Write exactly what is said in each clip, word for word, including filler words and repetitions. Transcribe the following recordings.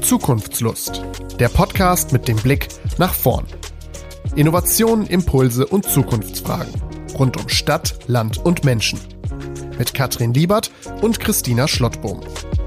Zukunftslust. Der Podcast mit dem Blick nach vorn. Innovationen, Impulse und Zukunftsfragen. Rund um Stadt, Land und Menschen. Mit Katrin Liebert und Christina Schlottbohm.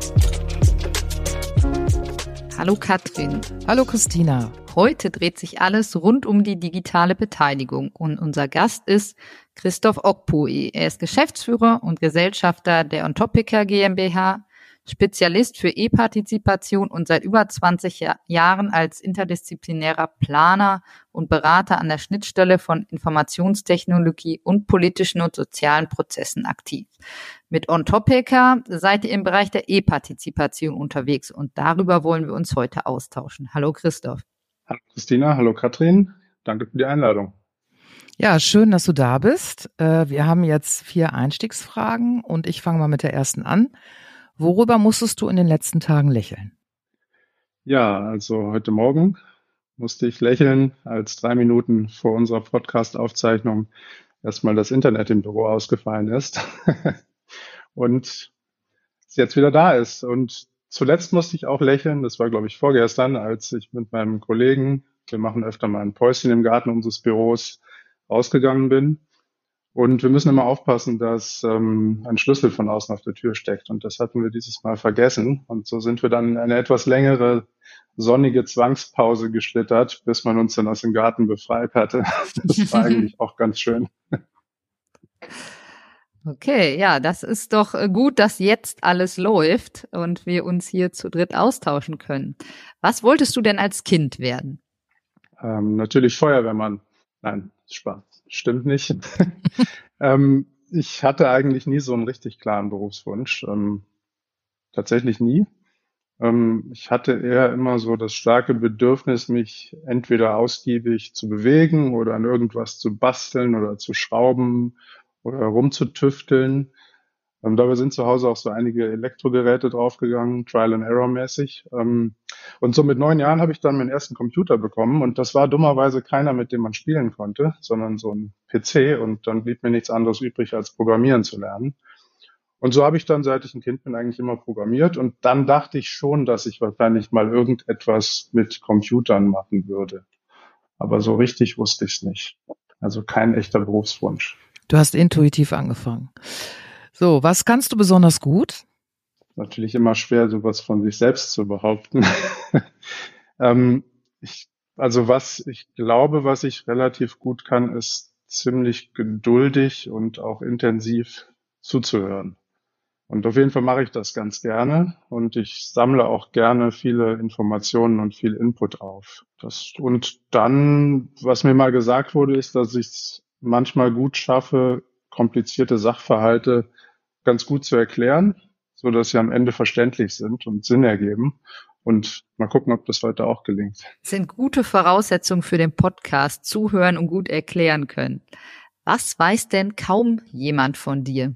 Hallo Katrin. Hallo Christina. Heute dreht sich alles rund um die digitale Beteiligung und unser Gast ist Christoph Okpui. Er ist Geschäftsführer und Gesellschafter der Ontopica GmbH, Spezialist für E-Partizipation und seit über zwanzig Jahren als interdisziplinärer Planer und Berater an der Schnittstelle von Informationstechnologie und politischen und sozialen Prozessen aktiv. Mit Ontopica seid ihr im Bereich der E-Partizipation unterwegs und darüber wollen wir uns heute austauschen. Hallo Christoph. Hallo Christina, hallo Katrin, danke für die Einladung. Ja, schön, dass du da bist. Wir haben jetzt vier Einstiegsfragen und ich fange mal mit der ersten an. Worüber musstest du in den letzten Tagen lächeln? Ja, also heute Morgen musste ich lächeln, als drei Minuten vor unserer Podcast-Aufzeichnung erstmal das Internet im Büro ausgefallen ist und es jetzt wieder da ist. Und zuletzt musste ich auch lächeln, das war glaube ich vorgestern, als ich mit meinem Kollegen, wir machen öfter mal ein Päuschen im Garten unseres Büros, rausgegangen bin. Und wir müssen immer aufpassen, dass ähm, ein Schlüssel von außen auf der Tür steckt. Und das hatten wir dieses Mal vergessen. Und so sind wir dann in eine etwas längere, sonnige Zwangspause geschlittert, bis man uns dann aus dem Garten befreit hatte. Das war eigentlich auch ganz schön. Okay, ja, das ist doch gut, dass jetzt alles läuft und wir uns hier zu dritt austauschen können. Was wolltest du denn als Kind werden? Ähm, natürlich Feuerwehrmann. Nein, Spaß. Stimmt nicht. ähm, ich hatte eigentlich nie so einen richtig klaren Berufswunsch. Ähm, tatsächlich nie. Ähm, ich hatte eher immer so das starke Bedürfnis, mich entweder ausgiebig zu bewegen oder an irgendwas zu basteln oder zu schrauben oder rumzutüfteln. Ähm, dabei sind zu Hause auch so einige Elektrogeräte draufgegangen, Trial and Error mäßig. Ähm, und so mit neun Jahren habe ich dann meinen ersten Computer bekommen und das war dummerweise keiner, mit dem man spielen konnte, sondern so ein P C und dann blieb mir nichts anderes übrig, als Programmieren zu lernen. Und so habe ich dann, seit ich ein Kind bin, eigentlich immer programmiert und dann dachte ich schon, dass ich wahrscheinlich mal irgendetwas mit Computern machen würde. Aber so richtig wusste ich es nicht. Also kein echter Berufswunsch. Du hast intuitiv angefangen. So, was kannst du besonders gut? Natürlich immer schwer, sowas von sich selbst zu behaupten. ähm, ich, also was ich glaube, was ich relativ gut kann, ist ziemlich geduldig und auch intensiv zuzuhören. Und auf jeden Fall mache ich das ganz gerne und ich sammle auch gerne viele Informationen und viel Input auf. Das, und dann, was mir mal gesagt wurde, ist, dass ich es manchmal gut schaffe, komplizierte Sachverhalte ganz gut zu erklären, so dass sie am Ende verständlich sind und Sinn ergeben. Und mal gucken, ob das heute auch gelingt. Das sind gute Voraussetzungen für den Podcast, zuhören und gut erklären können. Was weiß denn kaum jemand von dir?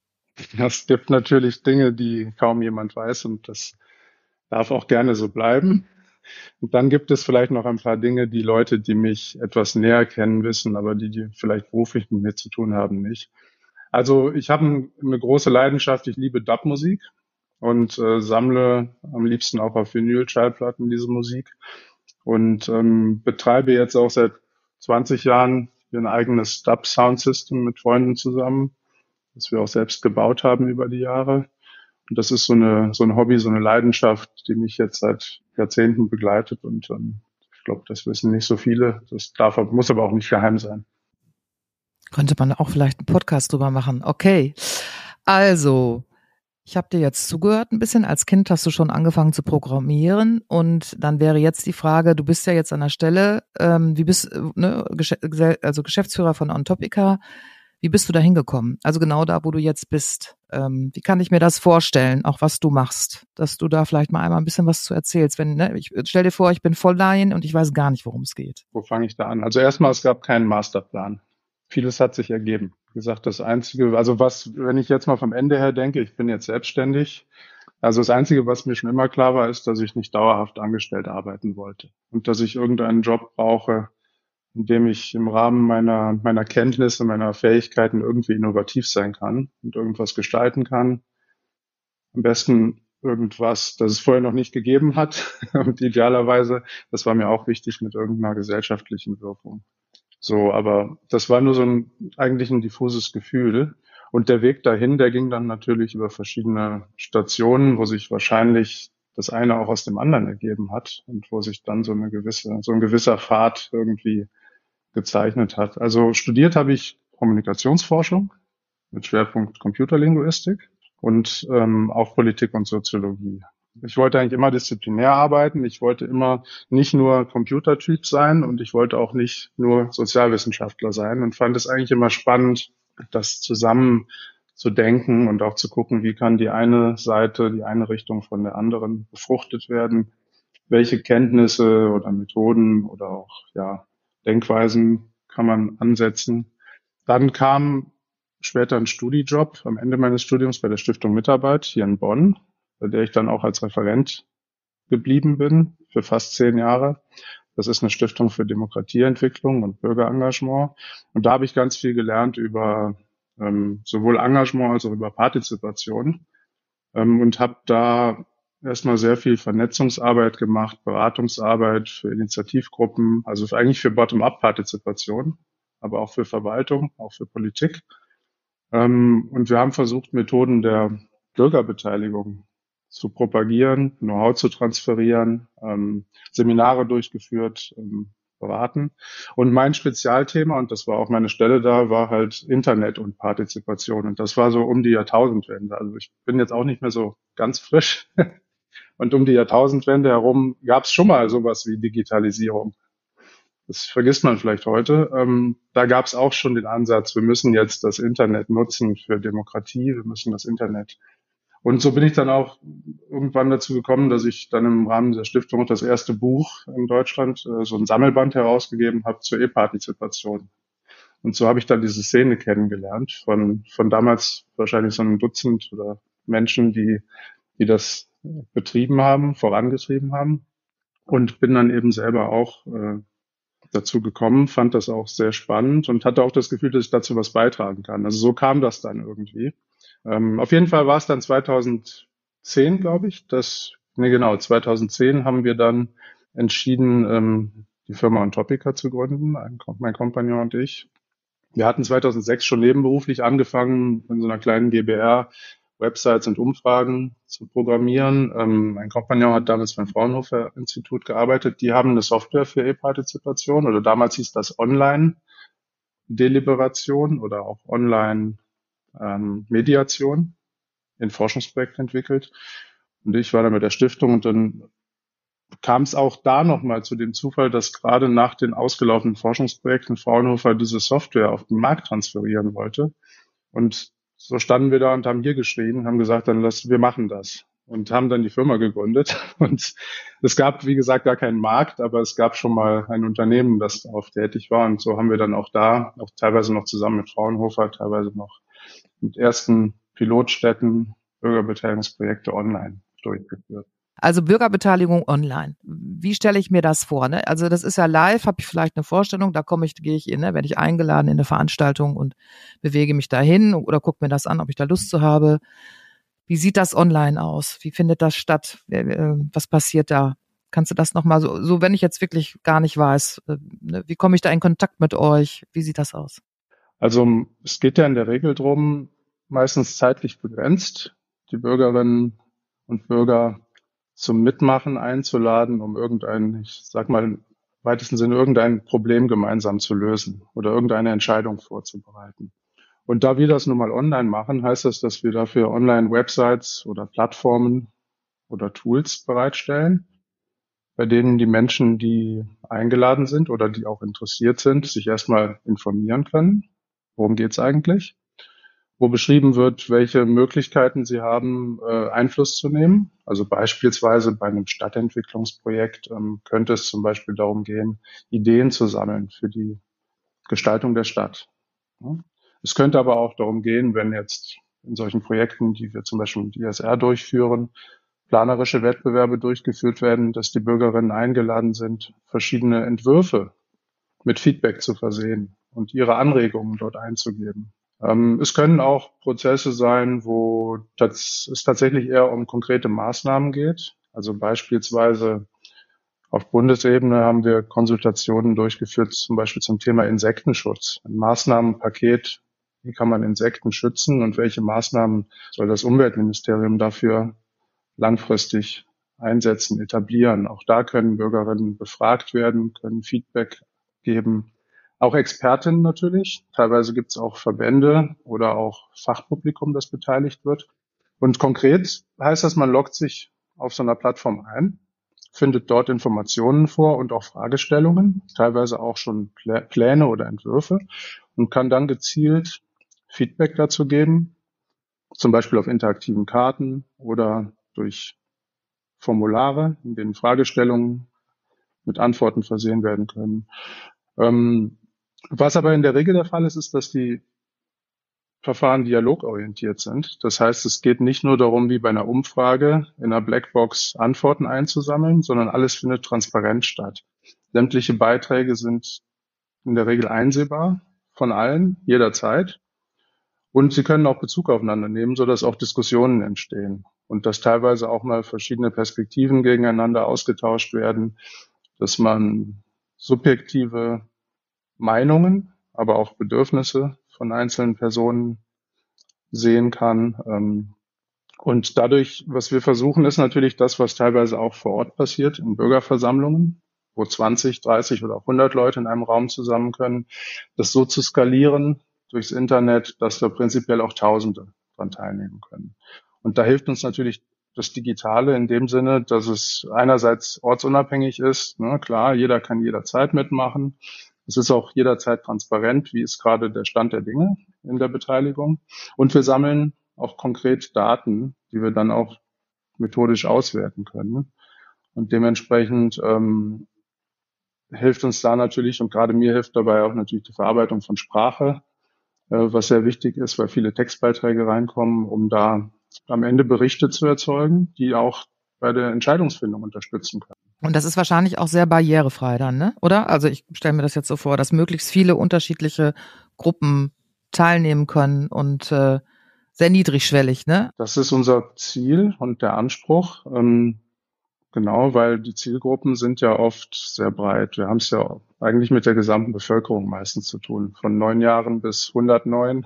Es gibt natürlich Dinge, die kaum jemand weiß und das darf auch gerne so bleiben. Und dann gibt es vielleicht noch ein paar Dinge, die Leute, die mich etwas näher kennen, wissen, aber die, die vielleicht beruflich mit mir zu tun haben, nicht. Also ich habe eine große Leidenschaft, ich liebe Dub-Musik und äh, sammle am liebsten auch auf Vinyl-Schallplatten diese Musik und ähm, betreibe jetzt auch seit zwanzig Jahren ein eigenes Dub-Sound-System mit Freunden zusammen, das wir auch selbst gebaut haben über die Jahre. Und das ist so eine so ein Hobby, so eine Leidenschaft, die mich jetzt seit Jahrzehnten begleitet und ähm, ich glaube, das wissen nicht so viele. Das darf, muss aber auch nicht geheim sein. Könnte man auch vielleicht einen Podcast drüber machen. Okay, also ich habe dir jetzt zugehört ein bisschen. Als Kind hast du schon angefangen zu programmieren und dann wäre jetzt die Frage, du bist ja jetzt an der Stelle, ähm, wie bist ne, also Geschäftsführer von Ontopica, wie bist du da hingekommen? Also genau da, wo du jetzt bist. Ähm, wie kann ich mir das vorstellen, auch was du machst, dass du da vielleicht mal einmal ein bisschen was zu erzählst? Wenn, ne, ich stell dir vor, ich bin voll Laien und ich weiß gar nicht, worum es geht. Wo fange ich da an? Also erstmal, es gab keinen Masterplan. Vieles hat sich ergeben. Wie gesagt, das Einzige, also was, wenn ich jetzt mal vom Ende her denke, ich bin jetzt selbstständig. Also das Einzige, was mir schon immer klar war, ist, dass ich nicht dauerhaft angestellt arbeiten wollte und dass ich irgendeinen Job brauche, in dem ich im Rahmen meiner, meiner Kenntnisse, meiner Fähigkeiten irgendwie innovativ sein kann und irgendwas gestalten kann. Am besten irgendwas, das es vorher noch nicht gegeben hat. Und idealerweise, das war mir auch wichtig, mit irgendeiner gesellschaftlichen Wirkung. So, aber das war nur so ein eigentlich ein diffuses Gefühl. Und der Weg dahin, der ging dann natürlich über verschiedene Stationen, wo sich wahrscheinlich das eine auch aus dem anderen ergeben hat und wo sich dann so eine gewisse, so ein gewisser Pfad irgendwie gezeichnet hat. Also studiert habe ich Kommunikationsforschung mit Schwerpunkt Computerlinguistik und ähm, auch Politik und Soziologie. Ich wollte eigentlich immer disziplinär arbeiten. Ich wollte immer nicht nur Computertyp sein und ich wollte auch nicht nur Sozialwissenschaftler sein und fand es eigentlich immer spannend, das zusammen zu denken und auch zu gucken, wie kann die eine Seite, die eine Richtung von der anderen befruchtet werden. Welche Kenntnisse oder Methoden oder auch ja Denkweisen kann man ansetzen. Dann kam später ein Studijob am Ende meines Studiums bei der Stiftung Mitarbeit hier in Bonn, bei der ich dann auch als Referent geblieben bin für fast zehn Jahre. Das ist eine Stiftung für Demokratieentwicklung und Bürgerengagement. Und da habe ich ganz viel gelernt über ähm, sowohl Engagement als auch über Partizipation ähm, und habe da erstmal sehr viel Vernetzungsarbeit gemacht, Beratungsarbeit für Initiativgruppen, also eigentlich für Bottom-up-Partizipation, aber auch für Verwaltung, auch für Politik. Ähm, und wir haben versucht, Methoden der Bürgerbeteiligung zu propagieren, Know-how zu transferieren, ähm, Seminare durchgeführt, ähm, beraten. Und mein Spezialthema, und das war auch meine Stelle da, war halt Internet und Partizipation. Und das war so um die Jahrtausendwende. Also ich bin jetzt auch nicht mehr so ganz frisch. Und um die Jahrtausendwende herum gab es schon mal sowas wie Digitalisierung. Das vergisst man vielleicht heute. Ähm, da gab es auch schon den Ansatz, wir müssen jetzt das Internet nutzen für Demokratie, wir müssen das Internet. Und so bin ich dann auch irgendwann dazu gekommen, dass ich dann im Rahmen der Stiftung das erste Buch in Deutschland, äh, so ein Sammelband herausgegeben habe zur E-Partizipation. Und so habe ich dann diese Szene kennengelernt von von damals wahrscheinlich so einem Dutzend oder Menschen, die die das betrieben haben, vorangetrieben haben. Und bin dann eben selber auch äh, dazu gekommen, fand das auch sehr spannend und hatte auch das Gefühl, dass ich dazu was beitragen kann. Also so kam das dann irgendwie. Ähm, auf jeden Fall war es dann zweitausendzehn, glaube ich, dass, nee genau, zweitausendzehn haben wir dann entschieden, ähm, die Firma Ontopica zu gründen, ein, mein Kompagnon und ich. Wir hatten zweitausendsechs schon nebenberuflich angefangen, in so einer kleinen GbR Websites und Umfragen zu programmieren. Ähm, mein Kompagnon hat damals beim Fraunhofer Institut gearbeitet. Die haben eine Software für E-Partizipation oder damals hieß das Online-Deliberation oder auch Online-Mediation ähm, in Forschungsprojekten entwickelt. Und ich war dann mit der Stiftung und dann kam es auch da nochmal zu dem Zufall, dass gerade nach den ausgelaufenen Forschungsprojekten Fraunhofer diese Software auf den Markt transferieren wollte. Und so standen wir da und haben hier geschrien, haben gesagt, dann lass, wir machen das. Und haben dann die Firma gegründet. Und es gab, wie gesagt, gar keinen Markt, aber es gab schon mal ein Unternehmen, das darauf tätig war. Und so haben wir dann auch da, auch teilweise noch zusammen mit Fraunhofer, teilweise noch mit ersten Pilotstädten Bürgerbeteiligungsprojekte online durchgeführt. Also Bürgerbeteiligung online. Wie stelle ich mir das vor? Ne? Also das ist ja live, habe ich vielleicht eine Vorstellung, da komme ich, gehe ich in, ne, werde ich eingeladen in eine Veranstaltung und bewege mich dahin oder gucke mir das an, ob ich da Lust zu habe. Wie sieht das online aus? Wie findet das statt? Was passiert da? Kannst du das nochmal so, so, wenn ich jetzt wirklich gar nicht weiß, ne, wie komme ich da in Kontakt mit euch? Wie sieht das aus? Also es geht ja in der Regel drum, meistens zeitlich begrenzt, die Bürgerinnen und Bürger zum Mitmachen einzuladen, um irgendein, ich sag mal im weitesten Sinne, irgendein Problem gemeinsam zu lösen oder irgendeine Entscheidung vorzubereiten. Und da wir das nun mal online machen, heißt das, dass wir dafür Online-Websites oder Plattformen oder Tools bereitstellen, bei denen die Menschen, die eingeladen sind oder die auch interessiert sind, sich erstmal informieren können. Worum geht's eigentlich? Wo beschrieben wird, welche Möglichkeiten sie haben, äh, Einfluss zu nehmen. Also beispielsweise bei einem Stadtentwicklungsprojekt ähm, könnte es zum Beispiel darum gehen, Ideen zu sammeln für die Gestaltung der Stadt. Ja. Es könnte aber auch darum gehen, wenn jetzt in solchen Projekten, die wir zum Beispiel mit I S R durchführen, planerische Wettbewerbe durchgeführt werden, dass die Bürgerinnen eingeladen sind, verschiedene Entwürfe mit Feedback zu versehen und ihre Anregungen dort einzugeben. Ähm, es können auch Prozesse sein, wo das, es tatsächlich eher um konkrete Maßnahmen geht. Also beispielsweise auf Bundesebene haben wir Konsultationen durchgeführt, zum Beispiel zum Thema Insektenschutz. Ein Maßnahmenpaket, wie kann man Insekten schützen und welche Maßnahmen soll das Umweltministerium dafür langfristig einsetzen, etablieren. Auch da können Bürgerinnen befragt werden, können Feedback geben. Auch Expertinnen natürlich. Teilweise gibt es auch Verbände oder auch Fachpublikum, das beteiligt wird. Und konkret heißt das, man loggt sich auf so einer Plattform ein, findet dort Informationen vor und auch Fragestellungen, teilweise auch schon Pläne oder Entwürfe und kann dann gezielt Feedback dazu geben, zum Beispiel auf interaktiven Karten oder durch Formulare, in denen Fragestellungen mit Antworten versehen werden können. Ähm, was aber in der Regel der Fall ist, ist, dass die Verfahren dialogorientiert sind. Das heißt, es geht nicht nur darum, wie bei einer Umfrage in einer Blackbox Antworten einzusammeln, sondern alles findet transparent statt. Sämtliche Beiträge sind in der Regel einsehbar von allen, jederzeit. Und sie können auch Bezug aufeinander nehmen, sodass auch Diskussionen entstehen und dass teilweise auch mal verschiedene Perspektiven gegeneinander ausgetauscht werden, dass man subjektive Meinungen, aber auch Bedürfnisse von einzelnen Personen sehen kann. Und dadurch, was wir versuchen, ist natürlich das, was teilweise auch vor Ort passiert, in Bürgerversammlungen, wo zwanzig, dreißig oder auch hundert Leute in einem Raum zusammen können, das so zu skalieren durchs Internet, dass da prinzipiell auch Tausende dran teilnehmen können. Und da hilft uns natürlich das Digitale in dem Sinne, dass es einerseits ortsunabhängig ist. Ne, klar, jeder kann jederzeit mitmachen. Es ist auch jederzeit transparent, wie ist gerade der Stand der Dinge in der Beteiligung. Und wir sammeln auch konkret Daten, die wir dann auch methodisch auswerten können. Und dementsprechend ähm, hilft uns da natürlich, und gerade mir hilft dabei auch natürlich die Verarbeitung von Sprache, äh, was sehr wichtig ist, weil viele Textbeiträge reinkommen, um da am Ende Berichte zu erzeugen, die auch bei der Entscheidungsfindung unterstützen können. Und das ist wahrscheinlich auch sehr barrierefrei dann, ne? Oder? Also ich stelle mir das jetzt so vor, dass möglichst viele unterschiedliche Gruppen teilnehmen können und äh, sehr niedrigschwellig, ne? Das ist unser Ziel und der Anspruch. Ähm, genau, weil die Zielgruppen sind ja oft sehr breit. Wir haben es ja eigentlich mit der gesamten Bevölkerung meistens zu tun. Von neun Jahren bis hundertneun,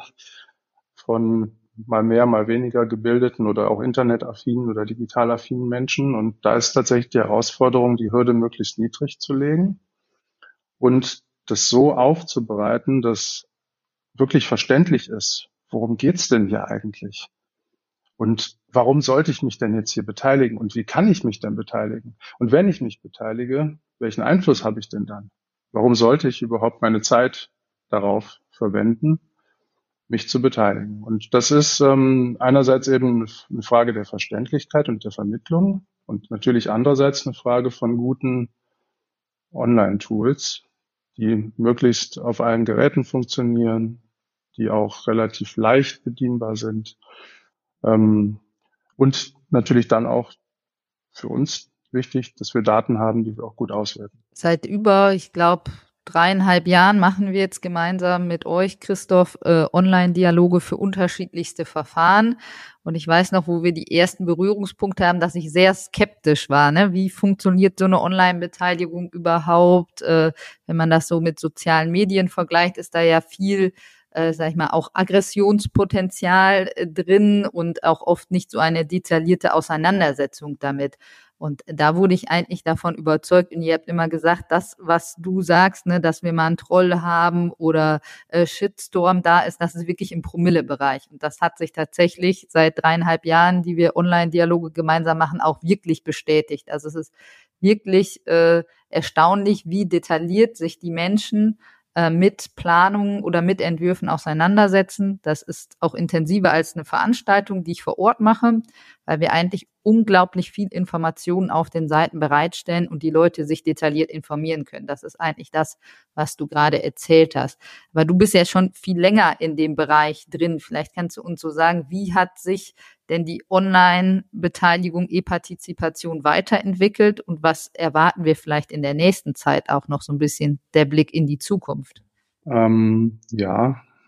von mal mehr, mal weniger gebildeten oder auch internetaffinen oder digitalaffinen Menschen. Und da ist tatsächlich die Herausforderung, die Hürde möglichst niedrig zu legen und das so aufzubereiten, dass wirklich verständlich ist, worum geht's denn hier eigentlich? Und warum sollte ich mich denn jetzt hier beteiligen? Und wie kann ich mich denn beteiligen? Und wenn ich mich beteilige, welchen Einfluss habe ich denn dann? Warum sollte ich überhaupt meine Zeit darauf verwenden, mich zu beteiligen? Und das ist ähm, einerseits eben eine Frage der Verständlichkeit und der Vermittlung und natürlich andererseits eine Frage von guten Online-Tools, die möglichst auf allen Geräten funktionieren, die auch relativ leicht bedienbar sind. Ähm, und natürlich dann auch für uns wichtig, dass wir Daten haben, die wir auch gut auswerten. Seit über, ich glaube, dreieinhalb Jahren machen wir jetzt gemeinsam mit euch, Christoph, äh, Online-Dialoge für unterschiedlichste Verfahren. Und ich weiß noch, wo wir die ersten Berührungspunkte haben, dass ich sehr skeptisch war. Ne? Wie funktioniert so eine Online-Beteiligung überhaupt? Äh, wenn man das so mit sozialen Medien vergleicht, ist da ja viel, äh, sag ich mal, auch Aggressionspotenzial äh, drin und auch oft nicht so eine detaillierte Auseinandersetzung damit. Und da wurde ich eigentlich davon überzeugt, und ihr habt immer gesagt, das, was du sagst, ne, dass wir mal einen Troll haben oder äh, Shitstorm da ist, das ist wirklich im Promillebereich. Und das hat sich tatsächlich seit dreieinhalb Jahren, die wir Online-Dialoge gemeinsam machen, auch wirklich bestätigt. Also es ist wirklich äh, erstaunlich, wie detailliert sich die Menschen äh, mit Planungen oder mit Entwürfen auseinandersetzen. Das ist auch intensiver als eine Veranstaltung, die ich vor Ort mache, weil wir eigentlich unglaublich viel Informationen auf den Seiten bereitstellen und die Leute sich detailliert informieren können. Das ist eigentlich das, was du gerade erzählt hast. Aber du bist ja schon viel länger in dem Bereich drin. Vielleicht kannst du uns so sagen, wie hat sich denn die Online-Beteiligung, E-Partizipation weiterentwickelt und was erwarten wir vielleicht in der nächsten Zeit auch noch so ein bisschen der Blick in die Zukunft? Ähm, ja,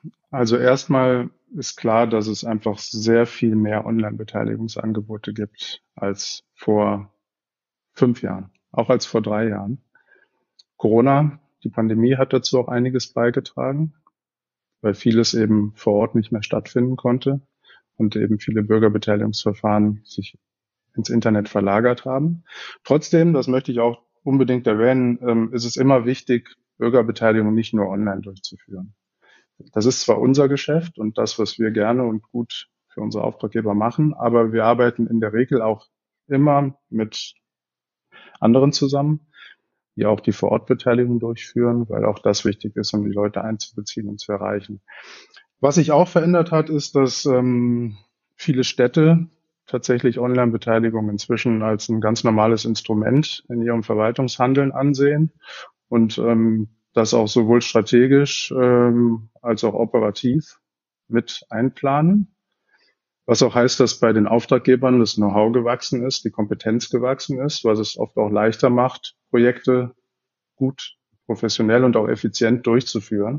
Also erstmal ist klar, dass es einfach sehr viel mehr Online-Beteiligungsangebote gibt als vor fünf Jahren, auch als vor drei Jahren. Corona, die Pandemie hat dazu auch einiges beigetragen, weil vieles eben vor Ort nicht mehr stattfinden konnte und eben viele Bürgerbeteiligungsverfahren sich ins Internet verlagert haben. Trotzdem, das möchte ich auch unbedingt erwähnen, ähm, ist es immer wichtig, Bürgerbeteiligung nicht nur online durchzuführen. Das ist zwar unser Geschäft und das, was wir gerne und gut für unsere Auftraggeber machen, aber wir arbeiten in der Regel auch immer mit anderen zusammen, die auch die Vor-Ort-Beteiligung durchführen, weil auch das wichtig ist, um die Leute einzubeziehen und zu erreichen. Was sich auch verändert hat, ist, dass ähm, viele Städte tatsächlich Online-Beteiligung inzwischen als ein ganz normales Instrument in ihrem Verwaltungshandeln ansehen und ähm, das auch sowohl strategisch ähm, als auch operativ mit einplanen. Was auch heißt, dass bei den Auftraggebern das Know-how gewachsen ist, die Kompetenz gewachsen ist, was es oft auch leichter macht, Projekte gut, professionell und auch effizient durchzuführen.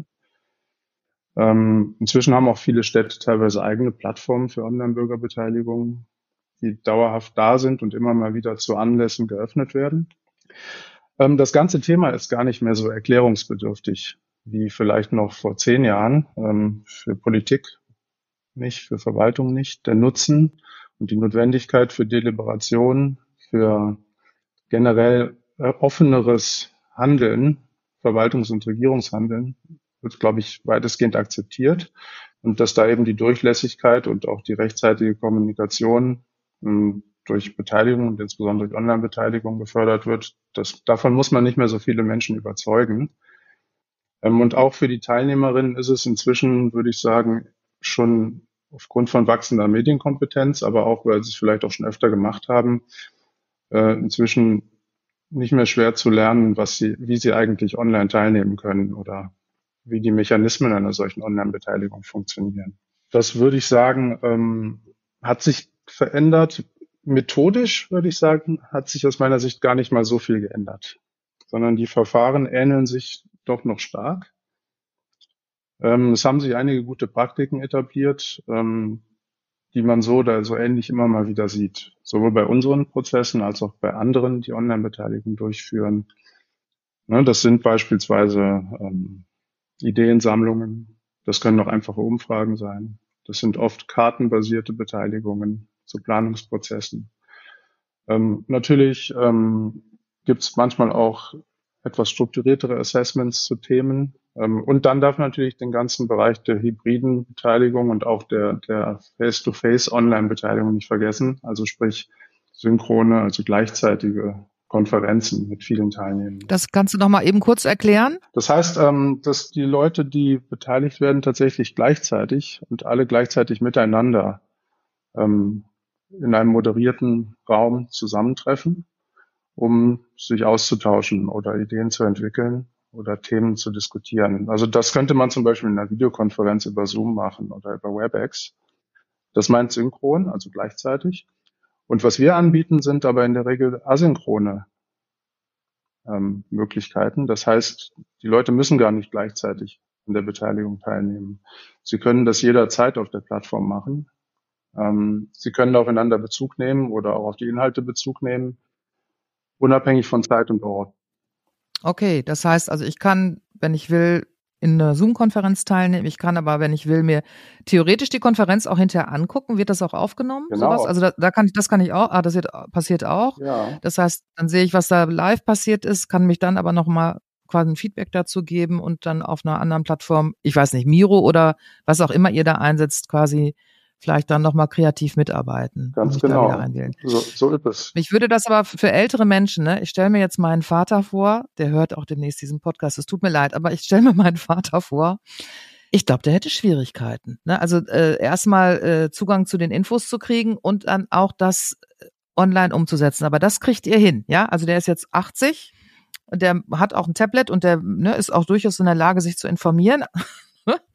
Ähm, inzwischen haben auch viele Städte teilweise eigene Plattformen für Online-Bürgerbeteiligung, die dauerhaft da sind und immer mal wieder zu Anlässen geöffnet werden. Ähm, das ganze Thema ist gar nicht mehr so erklärungsbedürftig wie vielleicht noch vor zehn Jahren. Ähm, für Politik nicht, für Verwaltung nicht. Der Nutzen und die Notwendigkeit für Deliberation, für generell äh, offeneres Handeln, Verwaltungs- und Regierungshandeln, wird, glaube ich, weitestgehend akzeptiert. Und dass da eben die Durchlässigkeit und auch die rechtzeitige Kommunikation ähm, durch Beteiligung und insbesondere durch Online-Beteiligung gefördert wird, das, davon muss man nicht mehr so viele Menschen überzeugen. Ähm, und auch für die Teilnehmerinnen ist es inzwischen, würde ich sagen, schon aufgrund von wachsender Medienkompetenz, aber auch, weil sie es vielleicht auch schon öfter gemacht haben, äh, inzwischen nicht mehr schwer zu lernen, was sie, wie sie eigentlich online teilnehmen können oder wie die Mechanismen einer solchen Online-Beteiligung funktionieren. Das würde ich sagen, ähm, hat sich verändert. Methodisch, würde ich sagen, hat sich aus meiner Sicht gar nicht mal so viel geändert, sondern die Verfahren ähneln sich doch noch stark. Ähm, es haben sich einige gute Praktiken etabliert, ähm, die man so oder so ähnlich immer mal wieder sieht. Sowohl bei unseren Prozessen als auch bei anderen, die Online-Beteiligung durchführen. Ne, das sind beispielsweise ähm, Ideensammlungen. Das können auch einfache Umfragen sein. Das sind oft kartenbasierte Beteiligungen zu Planungsprozessen. Ähm, natürlich ähm, gibt es manchmal auch etwas strukturiertere Assessments zu Themen. Ähm, und dann darf man natürlich den ganzen Bereich der hybriden Beteiligung und auch der, der Face-to-Face-Online-Beteiligung nicht vergessen. Also sprich synchrone, also gleichzeitige Konferenzen mit vielen Teilnehmern. Das kannst du noch mal eben kurz erklären? Das heißt, ähm, dass die Leute, die beteiligt werden, tatsächlich gleichzeitig und alle gleichzeitig miteinander ähm, in einem moderierten Raum zusammentreffen, um sich auszutauschen oder Ideen zu entwickeln oder Themen zu diskutieren. Also das könnte man zum Beispiel in einer Videokonferenz über Zoom machen oder über WebEx. Das meint synchron, also gleichzeitig. Und was wir anbieten, sind aber in der Regel asynchrone ähm, Möglichkeiten. Das heißt, die Leute müssen gar nicht gleichzeitig an der Beteiligung teilnehmen. Sie können das jederzeit auf der Plattform machen. Ähm, Sie können aufeinander Bezug nehmen oder auch auf die Inhalte Bezug nehmen, unabhängig von Zeit und Ort. Okay, das heißt also, ich kann, wenn ich will, in einer Zoom-Konferenz teilnehmen. Ich kann aber, wenn ich will, mir theoretisch die Konferenz auch hinterher angucken. Wird das auch aufgenommen? Genau. Sowas? Also da, da kann ich, das kann ich auch. Ah, das wird, passiert auch. Ja. Das heißt, dann sehe ich, was da live passiert ist, kann mich dann aber nochmal quasi ein Feedback dazu geben und dann auf einer anderen Plattform, ich weiß nicht, Miro oder was auch immer ihr da einsetzt, quasi vielleicht dann nochmal kreativ mitarbeiten. Ganz und mich genau. Da wieder einwählen. So, so ist es. Ich würde das aber für ältere Menschen, ne, ich stelle mir jetzt meinen Vater vor, der hört auch demnächst diesen Podcast, es tut mir leid, aber ich stelle mir meinen Vater vor, ich glaube, der hätte Schwierigkeiten. Ne? Also äh, erstmal äh, Zugang zu den Infos zu kriegen und dann auch das online umzusetzen. Aber das kriegt ihr hin, ja? Also der ist jetzt achtzig und der hat auch ein Tablet und der ne, ist auch durchaus in der Lage, sich zu informieren.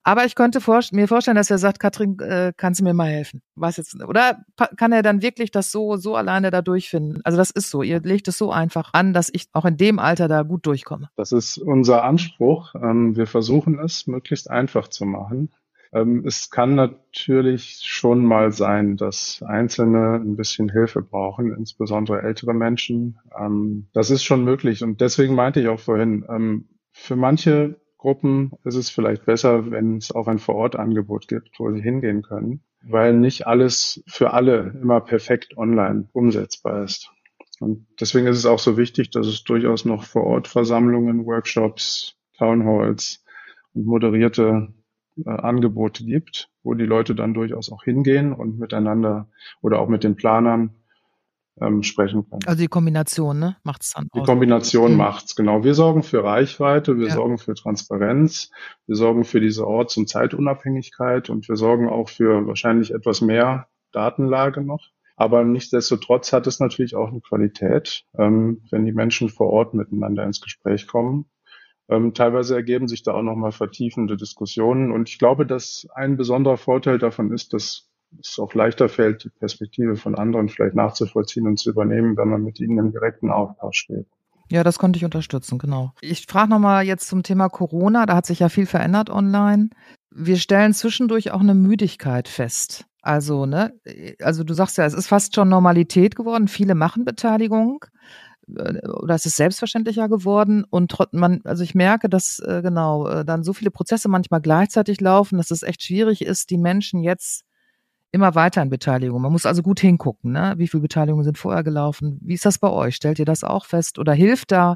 Aber ich könnte vor, mir vorstellen, dass er sagt, Katrin, äh, kannst du mir mal helfen? Was jetzt? Oder kann er dann wirklich das so so alleine da durchfinden? Also das ist so, ihr legt es so einfach an, dass ich auch in dem Alter da gut durchkomme. Das ist unser Anspruch. Ähm, wir versuchen es möglichst einfach zu machen. Ähm, es kann natürlich schon mal sein, dass Einzelne ein bisschen Hilfe brauchen, insbesondere ältere Menschen. Ähm, das ist schon möglich. Und deswegen meinte ich auch vorhin, ähm, für manche Gruppen ist es vielleicht besser, wenn es auch ein Vor-Ort-Angebot gibt, wo sie hingehen können, weil nicht alles für alle immer perfekt online umsetzbar ist. Und deswegen ist es auch so wichtig, dass es durchaus noch Vor-Ort-Versammlungen, Workshops, Townhalls und moderierte äh, Angebote gibt, wo die Leute dann durchaus auch hingehen und miteinander oder auch mit den Planern ähm, sprechen können. Also die Kombination, ne, macht's dann Die aus. Kombination Mhm. macht's, genau. Wir sorgen für Reichweite, wir Ja. sorgen für Transparenz, wir sorgen für diese Orts- und Zeitunabhängigkeit und wir sorgen auch für wahrscheinlich etwas mehr Datenlage noch. Aber nichtsdestotrotz hat es natürlich auch eine Qualität, ähm, wenn die Menschen vor Ort miteinander ins Gespräch kommen. Ähm, teilweise ergeben sich da auch nochmal vertiefende Diskussionen. Und ich glaube, dass ein besonderer Vorteil davon ist, dass es auch leichter fällt, die Perspektive von anderen vielleicht nachzuvollziehen und zu übernehmen, wenn man mit ihnen im direkten Austausch steht. Ja, das konnte ich unterstützen, genau. Ich frage nochmal jetzt zum Thema Corona. Da hat sich ja viel verändert online. Wir stellen zwischendurch auch eine Müdigkeit fest. Also, ne, also du sagst ja, es ist fast schon Normalität geworden. Viele machen Beteiligung. Oder es ist selbstverständlicher geworden und trotzdem man, also ich merke, dass äh, genau äh, dann so viele Prozesse manchmal gleichzeitig laufen, dass es echt schwierig ist, die Menschen jetzt immer weiter in Beteiligung. Man muss also gut hingucken, ne? Wie viele Beteiligungen sind vorher gelaufen? Wie ist das bei euch? Stellt ihr das auch fest? Oder hilft da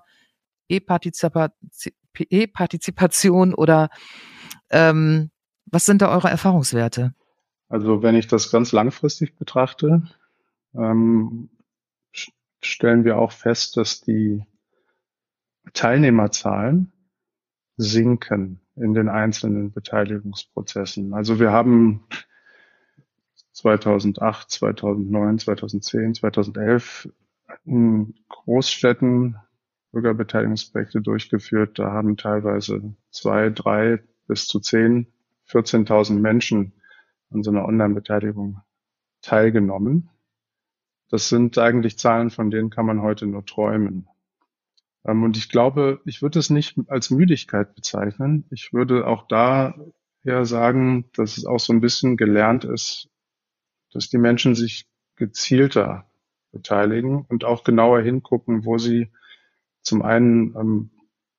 E-Partizipation oder ähm, was sind da eure Erfahrungswerte? Also wenn ich das ganz langfristig betrachte, ähm, stellen wir auch fest, dass die Teilnehmerzahlen sinken in den einzelnen Beteiligungsprozessen. Also wir haben zweitausendacht, zweitausendneun, zweitausendzehn, zweitausendelf in Großstädten Bürgerbeteiligungsprojekte durchgeführt. Da haben teilweise zwei, drei bis zu zehn, vierzehntausend Menschen an so einer Online-Beteiligung teilgenommen. Das sind eigentlich Zahlen, von denen kann man heute nur träumen. Und ich glaube, ich würde es nicht als Müdigkeit bezeichnen. Ich würde auch da eher sagen, dass es auch so ein bisschen gelernt ist, dass die Menschen sich gezielter beteiligen und auch genauer hingucken, wo sie zum einen ähm,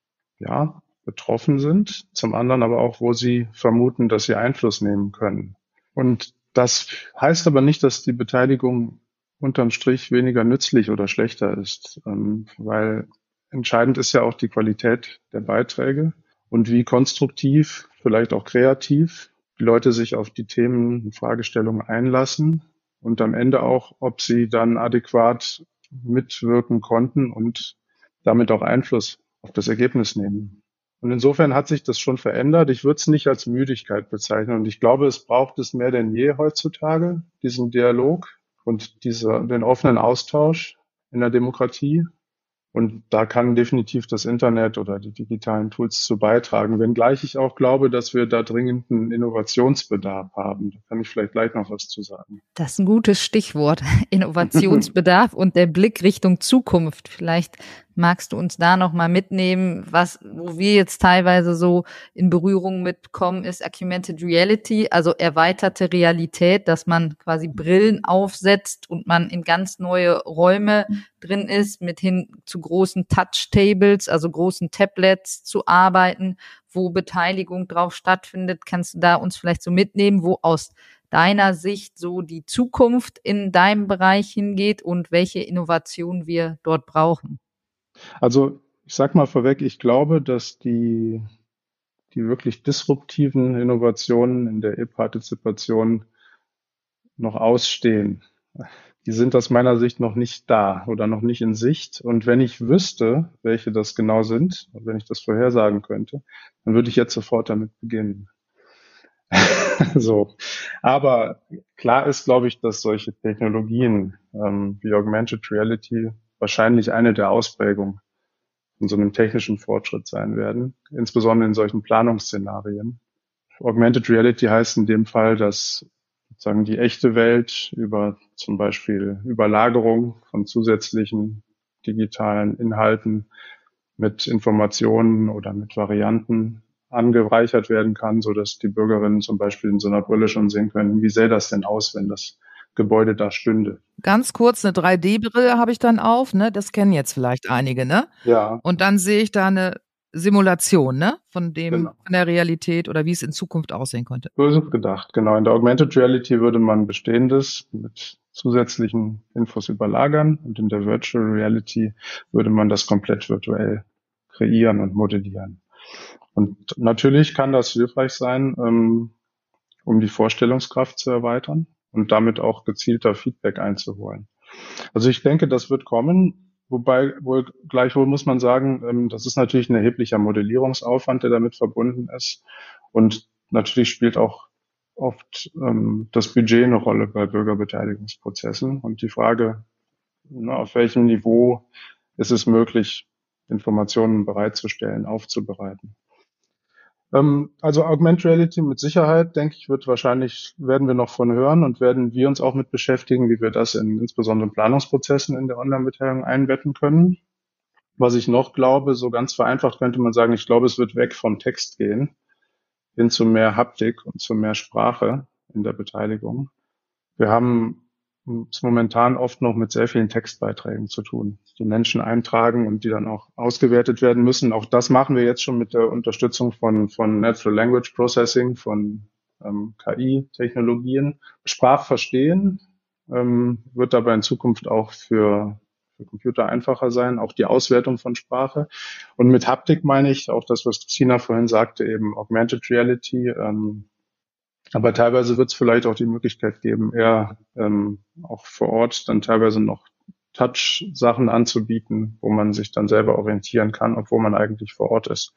ja betroffen sind, zum anderen aber auch, wo sie vermuten, dass sie Einfluss nehmen können. Und das heißt aber nicht, dass die Beteiligung unterm Strich weniger nützlich oder schlechter ist, ähm, weil entscheidend ist ja auch die Qualität der Beiträge und wie konstruktiv, vielleicht auch kreativ die Leute sich auf die Themen und Fragestellungen einlassen und am Ende auch, ob sie dann adäquat mitwirken konnten und damit auch Einfluss auf das Ergebnis nehmen. Und insofern hat sich das schon verändert. Ich würde es nicht als Müdigkeit bezeichnen. Und ich glaube, es braucht es mehr denn je heutzutage, diesen Dialog und diese, den offenen Austausch in der Demokratie. Und da kann definitiv das Internet oder die digitalen Tools zu beitragen, wenngleich ich auch glaube, dass wir da dringenden Innovationsbedarf haben. Da kann ich vielleicht gleich noch was zu sagen. Das ist ein gutes Stichwort, Innovationsbedarf und der Blick Richtung Zukunft. Vielleicht magst du uns da noch mal mitnehmen, was, wo wir jetzt teilweise so in Berührung mitkommen, ist Augmented Reality, also erweiterte Realität, dass man quasi Brillen aufsetzt und man in ganz neue Räume drin ist, mit hin zu großen Touch-Tables, also großen Tablets zu arbeiten, wo Beteiligung drauf stattfindet. Kannst du da uns vielleicht so mitnehmen, wo aus deiner Sicht so die Zukunft in deinem Bereich hingeht und welche Innovationen wir dort brauchen? Also ich sag mal vorweg, ich glaube, dass die, die wirklich disruptiven Innovationen in der E-Partizipation noch ausstehen. Die sind aus meiner Sicht noch nicht da oder noch nicht in Sicht. Und wenn ich wüsste, welche das genau sind, und wenn ich das vorhersagen könnte, dann würde ich jetzt sofort damit beginnen. So. Aber klar ist, glaube ich, dass solche Technologien ähm, wie Augmented Reality wahrscheinlich eine der Ausprägungen von so einem technischen Fortschritt sein werden, insbesondere in solchen Planungsszenarien. Augmented Reality heißt in dem Fall, dass sozusagen die echte Welt über zum Beispiel Überlagerung von zusätzlichen digitalen Inhalten mit Informationen oder mit Varianten angereichert werden kann, so dass die Bürgerinnen zum Beispiel in so einer Brille schon sehen können, wie sähe das denn aus, wenn das Gebäude da stünde. Ganz kurz, eine drei D Brille habe ich dann auf, ne? Das kennen jetzt vielleicht einige, ne? Ja. Und dann sehe ich da eine Simulation, ne? Von dem, Genau. von der Realität oder wie es in Zukunft aussehen könnte. So ist es gedacht, genau. In der Augmented Reality würde man Bestehendes mit zusätzlichen Infos überlagern und in der Virtual Reality würde man das komplett virtuell kreieren und modellieren. Und natürlich kann das hilfreich sein, ähm, um die Vorstellungskraft zu erweitern und damit auch gezielter Feedback einzuholen. Also ich denke, das wird kommen, wobei wohl gleichwohl muss man sagen, ähm, das ist natürlich ein erheblicher Modellierungsaufwand, der damit verbunden ist. Und natürlich spielt auch oft ähm, das Budget eine Rolle bei Bürgerbeteiligungsprozessen. Und die Frage, na, auf welchem Niveau ist es möglich, Informationen bereitzustellen, aufzubereiten. Ähm, also Augmented Reality mit Sicherheit, denke ich, wird wahrscheinlich, werden wir noch von hören und werden wir uns auch mit beschäftigen, wie wir das in insbesondere Planungsprozessen in der Online-Beteiligung einbetten können. Was ich noch glaube, so ganz vereinfacht könnte man sagen, ich glaube, es wird weg vom Text gehen, hin zu mehr Haptik und zu mehr Sprache in der Beteiligung. Wir haben es momentan oft noch mit sehr vielen Textbeiträgen zu tun, die Menschen eintragen und die dann auch ausgewertet werden müssen. Auch das machen wir jetzt schon mit der Unterstützung von, von Natural Language Processing, von ähm, K I-Technologien. Sprachverstehen ähm, wird dabei in Zukunft auch für, für Computer einfacher sein, auch die Auswertung von Sprache. Und mit Haptik meine ich auch das, was Christina vorhin sagte, eben Augmented Reality. Ähm, Aber teilweise wird es vielleicht auch die Möglichkeit geben, eher ähm, auch vor Ort dann teilweise noch Touch-Sachen anzubieten, wo man sich dann selber orientieren kann, obwohl man eigentlich vor Ort ist.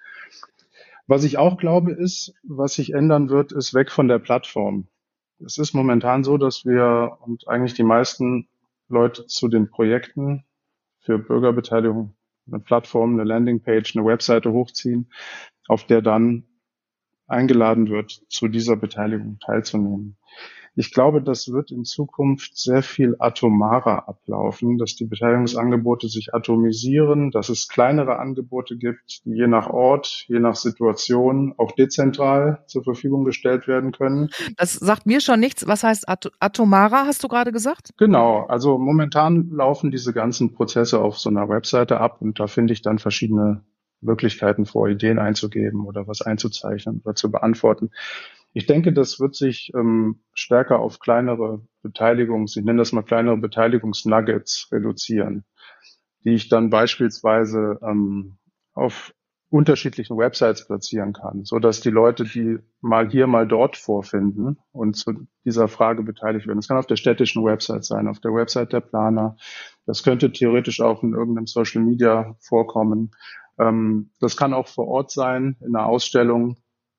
Was ich auch glaube ist, was sich ändern wird, ist weg von der Plattform. Es ist momentan so, dass wir und eigentlich die meisten Leute zu den Projekten für Bürgerbeteiligung eine Plattform, eine Landingpage, eine Webseite hochziehen, auf der dann eingeladen wird, zu dieser Beteiligung teilzunehmen. Ich glaube, das wird in Zukunft sehr viel atomarer ablaufen, dass die Beteiligungsangebote sich atomisieren, dass es kleinere Angebote gibt, die je nach Ort, je nach Situation auch dezentral zur Verfügung gestellt werden können. Das sagt mir schon nichts. Was heißt at- atomarer, hast du gerade gesagt? Genau, also momentan laufen diese ganzen Prozesse auf so einer Webseite ab und da finde ich dann verschiedene Möglichkeiten vor, Ideen einzugeben oder was einzuzeichnen oder zu beantworten. Ich denke, das wird sich ähm, stärker auf kleinere Beteiligungs, ich nenne das mal kleinere Beteiligungsnuggets reduzieren, die ich dann beispielsweise ähm, auf unterschiedlichen Websites platzieren kann, so dass die Leute, die mal hier, mal dort vorfinden und zu dieser Frage beteiligt werden. Das kann auf der städtischen Website sein, auf der Website der Planer. Das könnte theoretisch auch in irgendeinem Social Media vorkommen. Das kann auch vor Ort sein, in einer Ausstellung,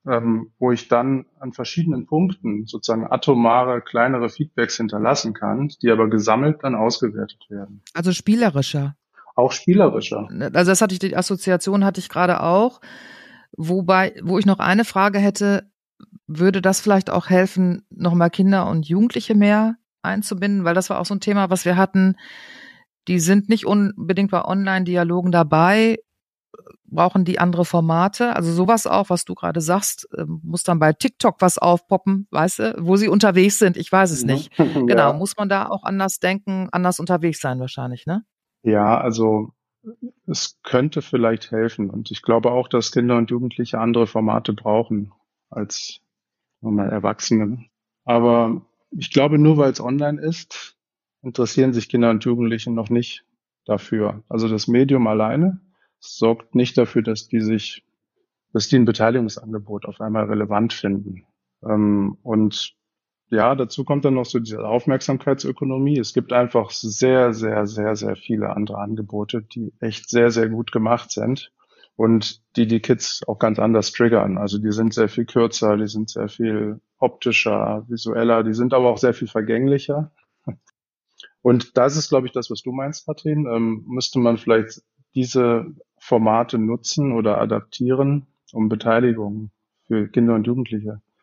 wo ich dann an verschiedenen Punkten sozusagen atomare, kleinere Feedbacks hinterlassen kann, die aber gesammelt dann ausgewertet werden. Also spielerischer. Auch spielerischer. Also das hatte ich, die Assoziation hatte ich gerade auch. Wobei, wo ich noch eine Frage hätte, würde das vielleicht auch helfen, nochmal Kinder und Jugendliche mehr einzubinden? Weil das war auch so ein Thema, was wir hatten. Die sind nicht unbedingt bei Online-Dialogen dabei, brauchen die andere Formate, also sowas auch, was du gerade sagst, muss dann bei TikTok was aufpoppen, weißt du, wo sie unterwegs sind, ich weiß es nicht. Ja. Genau, muss man da auch anders denken, anders unterwegs sein wahrscheinlich, ne? Ja, also es könnte vielleicht helfen und ich glaube auch, dass Kinder und Jugendliche andere Formate brauchen als normal Erwachsene. Aber ich glaube, nur weil es online ist, interessieren sich Kinder und Jugendliche noch nicht dafür. Also das Medium alleine sorgt nicht dafür, dass die sich, dass die ein Beteiligungsangebot auf einmal relevant finden. Ähm, und ja, dazu kommt dann noch so diese Aufmerksamkeitsökonomie. Es gibt einfach sehr, sehr, sehr, sehr viele andere Angebote, die echt sehr, sehr gut gemacht sind und die die Kids auch ganz anders triggern. Also die sind sehr viel kürzer, die sind sehr viel optischer, visueller, die sind aber auch sehr viel vergänglicher. Und das ist, glaube ich, das, was du meinst, Katrin. Ähm, müsste man vielleicht diese Formate nutzen oder adaptieren, um Beteiligung für Kinder und Jugendliche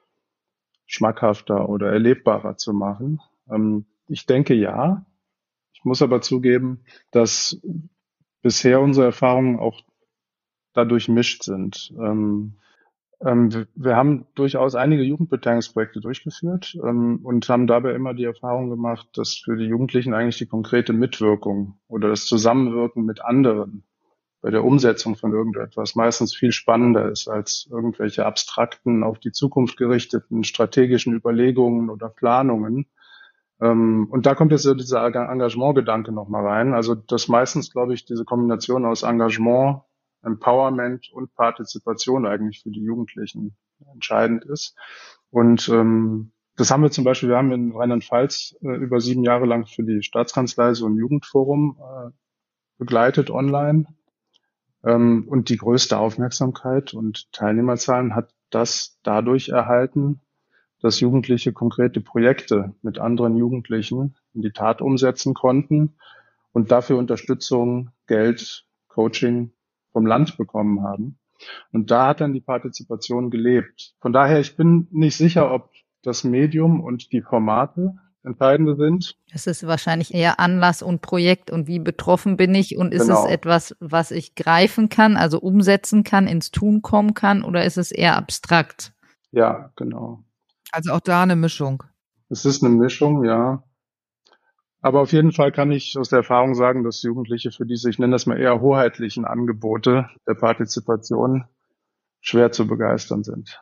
schmackhafter oder erlebbarer zu machen? Ähm, ich denke ja. Ich muss aber zugeben, dass bisher unsere Erfahrungen auch dadurch mischt sind. Ähm, ähm, wir, wir haben durchaus einige Jugendbeteiligungsprojekte durchgeführt ähm, und haben dabei immer die Erfahrung gemacht, dass für die Jugendlichen eigentlich die konkrete Mitwirkung oder das Zusammenwirken mit anderen bei der Umsetzung von irgendetwas meistens viel spannender ist als irgendwelche abstrakten, auf die Zukunft gerichteten strategischen Überlegungen oder Planungen. Und da kommt jetzt so dieser Engagement-Gedanke nochmal rein. Also dass meistens, glaube ich, diese Kombination aus Engagement, Empowerment und Partizipation eigentlich für die Jugendlichen entscheidend ist. Und ähm, das haben wir zum Beispiel, wir haben in Rheinland-Pfalz äh, über sieben Jahre lang für die Staatskanzlei so ein Jugendforum äh, begleitet online. Ähm, und die größte Aufmerksamkeit und Teilnehmerzahlen hat das dadurch erhalten, dass Jugendliche konkrete Projekte mit anderen Jugendlichen in die Tat umsetzen konnten und dafür Unterstützung, Geld, Coaching vom Land bekommen haben. Und da hat dann die Partizipation gelebt. Von daher, ich bin nicht sicher, ob das Medium und die Formate entscheidende sind. Es ist wahrscheinlich eher Anlass und Projekt und wie betroffen bin ich und ist Genau. es etwas, was ich greifen kann, also umsetzen kann, ins Tun kommen kann oder ist es eher abstrakt? Ja, genau. Also auch da eine Mischung. Es ist eine Mischung, ja. Aber auf jeden Fall kann ich aus der Erfahrung sagen, dass Jugendliche für diese, ich nenne das mal eher hoheitlichen Angebote der Partizipation schwer zu begeistern sind.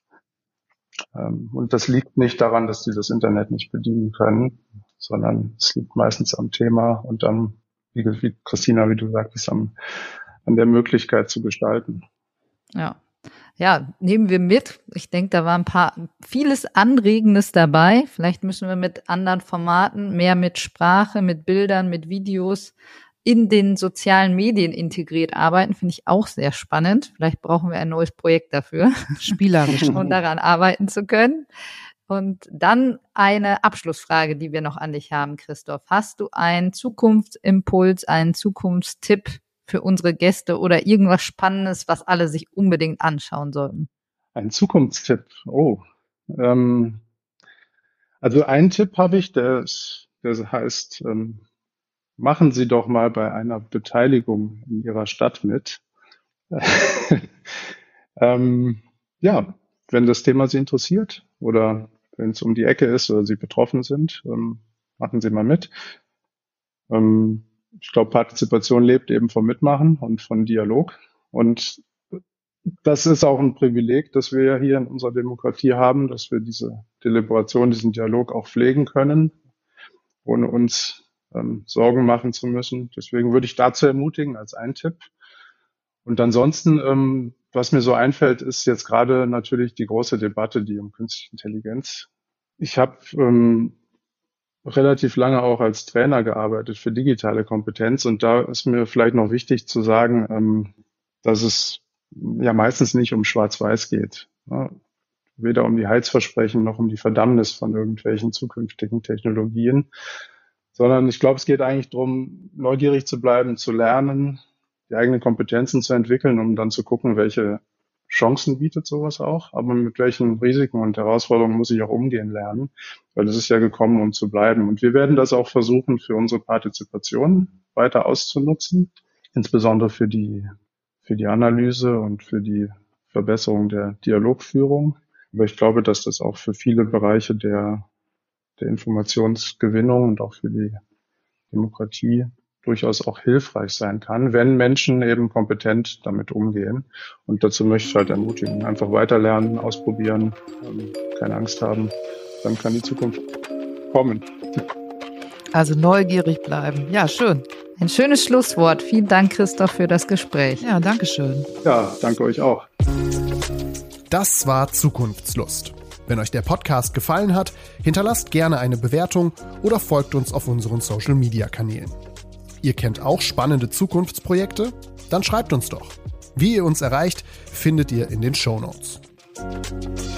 Und das liegt nicht daran, dass sie das Internet nicht bedienen können, sondern es liegt meistens am Thema und am, wie, wie Christina, wie du sagtest, am, an der Möglichkeit zu gestalten. Ja. Ja, nehmen wir mit. Ich denke, da war ein paar, vieles Anregendes dabei. Vielleicht müssen wir mit anderen Formaten, mehr mit Sprache, mit Bildern, mit Videos in den sozialen Medien integriert arbeiten. Finde ich auch sehr spannend. Vielleicht brauchen wir ein neues Projekt dafür. Spielerisch. um daran arbeiten zu können. Und dann eine Abschlussfrage, die wir noch an dich haben, Christoph. Hast du einen Zukunftsimpuls, einen Zukunftstipp für unsere Gäste oder irgendwas Spannendes, was alle sich unbedingt anschauen sollten? Ein Zukunftstipp. Oh. Ähm, also einen Tipp habe ich, der, ist, der heißt, ähm, machen Sie doch mal bei einer Beteiligung in Ihrer Stadt mit. ähm, ja, wenn das Thema Sie interessiert oder wenn es um die Ecke ist oder Sie betroffen sind, ähm, machen Sie mal mit. Ähm, Ich glaube, Partizipation lebt eben vom Mitmachen und von Dialog. Und das ist auch ein Privileg, das wir hier in unserer Demokratie haben, dass wir diese Deliberation, diesen Dialog auch pflegen können, ohne uns ähm, Sorgen machen zu müssen. Deswegen würde ich dazu ermutigen als einen Tipp. Und ansonsten, ähm, was mir so einfällt, ist jetzt gerade natürlich die große Debatte, die um künstliche Intelligenz. Ich habe ähm, relativ lange auch als Trainer gearbeitet für digitale Kompetenz und da ist mir vielleicht noch wichtig zu sagen, ähm, dass es ja meistens nicht um Schwarz-Weiß geht. Ne? Weder um die Heilsversprechen noch um die Verdammnis von irgendwelchen zukünftigen Technologien, sondern ich glaube, es geht eigentlich darum, neugierig zu bleiben, zu lernen, die eigenen Kompetenzen zu entwickeln, um dann zu gucken, welche Chancen bietet sowas auch, aber mit welchen Risiken und Herausforderungen muss ich auch umgehen lernen, weil es ist ja gekommen, um zu bleiben. Und wir werden das auch versuchen, für unsere Partizipation weiter auszunutzen, insbesondere für die, für die Analyse und für die Verbesserung der Dialogführung. Aber ich glaube, dass das auch für viele Bereiche der, der Informationsgewinnung und auch für die Demokratie durchaus auch hilfreich sein kann, wenn Menschen eben kompetent damit umgehen. Und dazu möchte ich halt ermutigen, einfach weiterlernen, ausprobieren, ähm, keine Angst haben, dann kann die Zukunft kommen. Also neugierig bleiben. Ja, schön. Ein schönes Schlusswort. Vielen Dank, Christoph, für das Gespräch. Ja, danke schön. Ja, danke euch auch. Das war Zukunftslust. Wenn euch der Podcast gefallen hat, hinterlasst gerne eine Bewertung oder folgt uns auf unseren Social-Media-Kanälen. Ihr kennt auch spannende Zukunftsprojekte? Dann schreibt uns doch. Wie ihr uns erreicht, findet ihr in den Shownotes.